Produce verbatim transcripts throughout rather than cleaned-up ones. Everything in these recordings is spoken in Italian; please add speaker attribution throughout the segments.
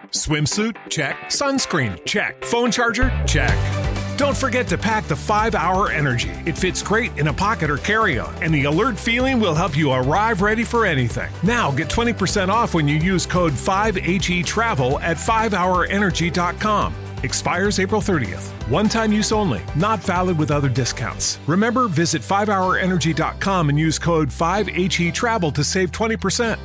Speaker 1: Swimsuit? Check. Sunscreen? Check. Phone charger? Check. Don't forget to pack the five hour Energy. It fits great in a pocket or carry-on, and the alert feeling will help you arrive ready for anything. Now get twenty percent off when you use code five H E travel at five hour energy dot com. Expires April thirtieth. One-time use only. Not valid with other discounts. Remember, visit five hour energy dot com and use code five H E travel to save twenty percent.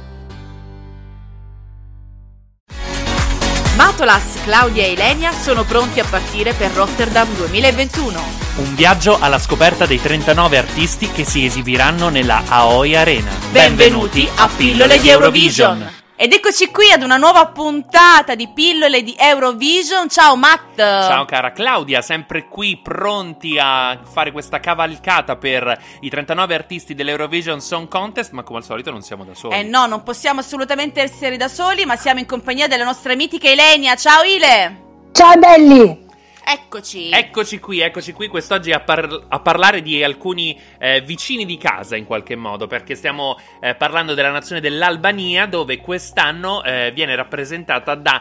Speaker 2: Matolas, Claudia e Ilenia sono pronti a partire per Rotterdam duemilaventuno.
Speaker 3: Un viaggio alla scoperta dei trentanove artisti che si esibiranno nella Aoi Arena.
Speaker 2: Benvenuti a Pillole di Eurovision. Ed eccoci qui ad una nuova puntata di Pillole di Eurovision. Ciao Matt.
Speaker 3: Ciao cara Claudia, sempre qui pronti a fare questa cavalcata per i trentanove artisti dell'Eurovision Song Contest, ma come al solito non siamo da soli.
Speaker 2: Eh no, non possiamo assolutamente essere da soli, ma siamo in compagnia della nostra mitica Ilenia. Ciao Ile.
Speaker 4: Ciao belli.
Speaker 2: Eccoci.
Speaker 3: Eccoci qui, eccoci qui quest'oggi a, par- a parlare di alcuni eh, vicini di casa in qualche modo, perché stiamo eh, parlando della nazione dell'Albania, dove quest'anno eh, viene rappresentata da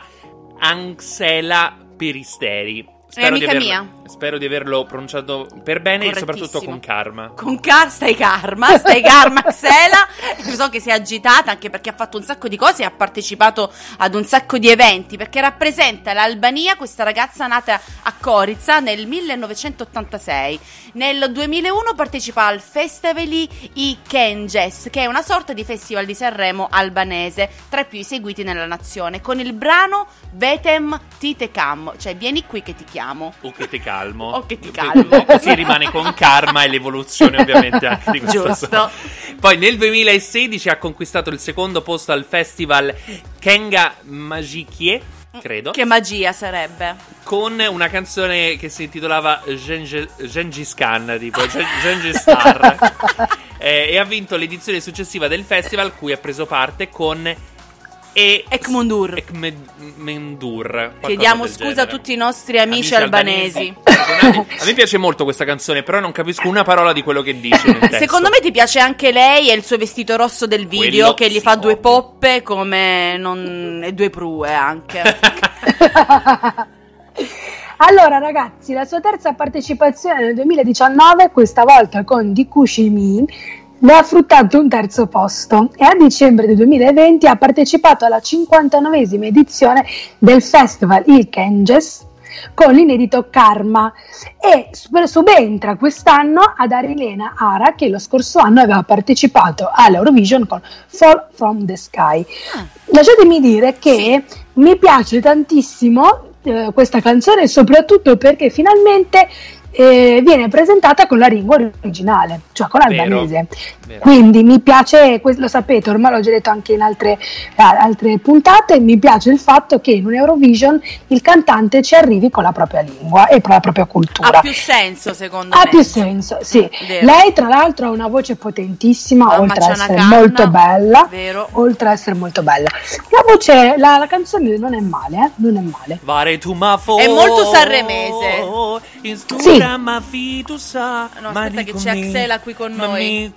Speaker 3: Anxela Peristeri. Spero,
Speaker 2: è
Speaker 3: di
Speaker 2: amica
Speaker 3: averlo,
Speaker 2: mia.
Speaker 3: spero di averlo pronunciato per bene e soprattutto con karma.
Speaker 2: Con car- stai karma, stai karma Xela. So che si è agitata anche perché ha fatto un sacco di cose e ha partecipato ad un sacco di eventi, perché rappresenta l'Albania, questa ragazza nata a Gorica nel millenovecentottantasei. Nel duemilauno partecipa al Festival i Kenges, che è una sorta di festival di Sanremo albanese, tra i più seguiti nella nazione, con il brano Vetem Titekam, cioè vieni qui che ti chiamo.
Speaker 3: O che ti calmo.
Speaker 2: O che ti calmo.
Speaker 3: Così rimane con karma e l'evoluzione ovviamente anche di questo.
Speaker 2: Giusto.
Speaker 3: Poi nel duemilasedici ha conquistato il secondo posto al festival Kenga Magikie, credo.
Speaker 2: Che magia sarebbe.
Speaker 3: Con una canzone che si intitolava Genghis Gengis Khan, tipo Gengis Star. eh, e ha vinto l'edizione successiva del festival, cui ha preso parte con E
Speaker 2: Ekmendur.
Speaker 3: Ekmendur.
Speaker 2: Chiediamo scusa
Speaker 3: genere.
Speaker 2: a tutti i nostri amici,
Speaker 3: amici
Speaker 2: albanesi.
Speaker 3: albanesi. A me piace molto questa canzone, però non capisco una parola di quello che dice nel testo.
Speaker 2: Secondo me ti piace anche lei e il suo vestito rosso del video,
Speaker 3: Quello
Speaker 2: che gli
Speaker 3: sì,
Speaker 2: fa due
Speaker 3: ovvio.
Speaker 2: poppe come non... e due prue anche.
Speaker 4: Allora ragazzi, la sua terza partecipazione nel duemiladiciannove, questa volta con Dikushimi, ne ha fruttato un terzo posto e a dicembre del duemilaventi ha partecipato alla cinquantanovesima edizione del festival Il Kenges con l'inedito Karma e subentra quest'anno ad Arilena Ara, che lo scorso anno aveva partecipato all'Eurovision con Fall from the Sky. Lasciatemi dire che sì, mi piace tantissimo eh, questa canzone, soprattutto perché finalmente eh, viene presentata con la lingua originale, cioè con l'albanese. Vero. Quindi mi piace, lo sapete, ormai l'ho già detto anche in altre, altre puntate, mi piace il fatto che in un Eurovision il cantante ci arrivi con la propria lingua e con la propria cultura.
Speaker 2: Ha più senso secondo
Speaker 4: ha
Speaker 2: me.
Speaker 4: Ha più senso, sì. Vero. Lei tra l'altro ha una voce potentissima,
Speaker 2: Mamma,
Speaker 4: oltre a essere
Speaker 2: canna,
Speaker 4: molto bella.
Speaker 2: Vero.
Speaker 4: Oltre a essere molto bella. La voce, la, la canzone non è male, eh? Non è male.
Speaker 3: Vare tu ma fo,
Speaker 2: è molto sanremese.
Speaker 4: Sì.
Speaker 2: No, aspetta che c'è Axela qui con noi.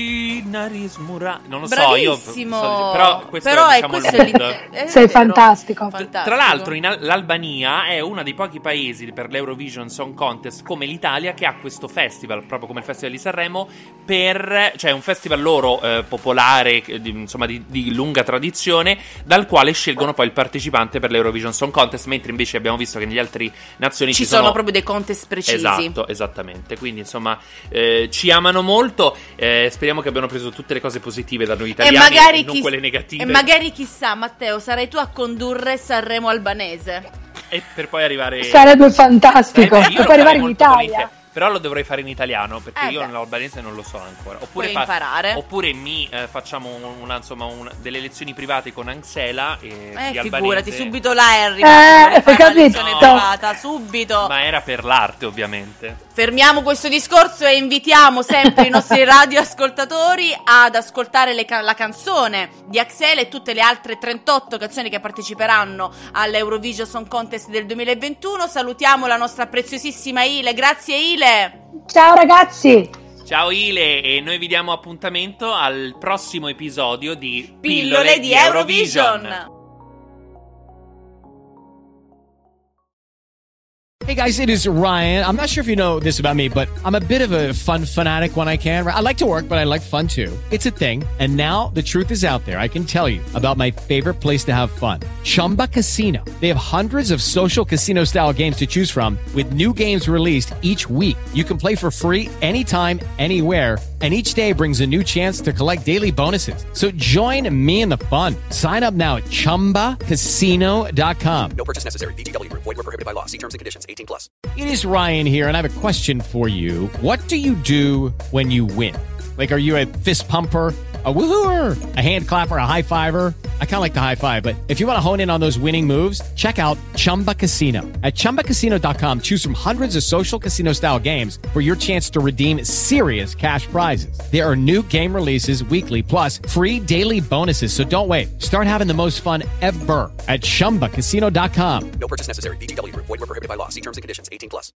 Speaker 3: Non lo
Speaker 2: Bravissimo.
Speaker 3: so, io però questo
Speaker 2: però
Speaker 3: è, diciamo,
Speaker 2: è, questo
Speaker 3: il
Speaker 2: è
Speaker 4: è Sei fantastico.
Speaker 2: fantastico.
Speaker 3: Tra l'altro in Al- l'Albania è uno dei pochi paesi per l'Eurovision Song Contest come l'Italia che ha questo festival, proprio come il Festival di Sanremo, per, cioè un festival loro eh, popolare, di, insomma di, di lunga tradizione, dal quale scelgono poi il partecipante per l'Eurovision Song Contest, mentre invece abbiamo visto che negli altri nazioni
Speaker 2: ci,
Speaker 3: ci
Speaker 2: sono,
Speaker 3: sono
Speaker 2: proprio dei contest precisi.
Speaker 3: Esatto, esattamente. Quindi insomma eh, ci amano molto, eh, speriamo che abbiano preso tutte le cose positive da noi italiani
Speaker 2: e, magari
Speaker 3: e non
Speaker 2: chi,
Speaker 3: quelle negative.
Speaker 2: E magari chissà, Matteo, sarai tu a condurre Sanremo albanese.
Speaker 3: E per poi arrivare...
Speaker 4: Sarebbe fantastico,
Speaker 3: Sarebbe,
Speaker 4: per poi arrivare in Italia.
Speaker 3: Però lo dovrei fare in italiano, perché
Speaker 2: eh
Speaker 3: io
Speaker 2: beh.
Speaker 3: l'albanese non lo so ancora. Oppure
Speaker 2: Puoi imparare.
Speaker 3: Oppure mi eh, facciamo una, insomma, una, delle lezioni private con Anxela e
Speaker 2: Eh,
Speaker 3: di
Speaker 2: figurati,
Speaker 3: albanese.
Speaker 2: subito là è arrivato.
Speaker 4: Eh,
Speaker 2: fare
Speaker 4: capito.
Speaker 2: una lezione privata, subito.
Speaker 3: Ma era per l'arte, ovviamente.
Speaker 2: Fermiamo questo discorso e invitiamo sempre i nostri radioascoltatori ad ascoltare le ca- la canzone di Axela e tutte le altre trentotto canzoni che parteciperanno all'Eurovision Song Contest del duemilaventuno. Salutiamo la nostra preziosissima Ile. Grazie Ile.
Speaker 4: Ciao ragazzi.
Speaker 3: Ciao Ile, e noi vi diamo appuntamento al prossimo episodio di
Speaker 2: Pillole, Pillole di Eurovision. Eurovision.
Speaker 5: Hey guys, it is Ryan. I'm not sure if you know this about me, but I'm a bit of a fun fanatic when I can. I like to work, but I like fun too. It's a thing. And now the truth is out there. I can tell you about my favorite place to have fun. Chumba Casino. They have hundreds of social casino style games to choose from with new games released each week. You can play for free anytime, anywhere. And each day brings a new chance to collect daily bonuses. So join me in the fun. Sign up now at chumba casino dot com.
Speaker 6: No purchase necessary. V G W Group. Void where prohibited by law. See terms and conditions. eighteen plus.
Speaker 5: It is Ryan here, and I have a question for you. What do you do when you win? Like, are you a fist pumper, a woohooer, a hand clapper, a high fiver? I kind of like the high five, but if you want to hone in on those winning moves, check out Chumba Casino. At chumba casino dot com, choose from hundreds of social casino style games for your chance to redeem serious cash prizes. There are new game releases weekly, plus free daily bonuses. So don't wait. Start having the most fun ever at chumba casino dot com.
Speaker 6: No purchase necessary. V G W Group. Void where prohibited by law. See terms and conditions. eighteen plus.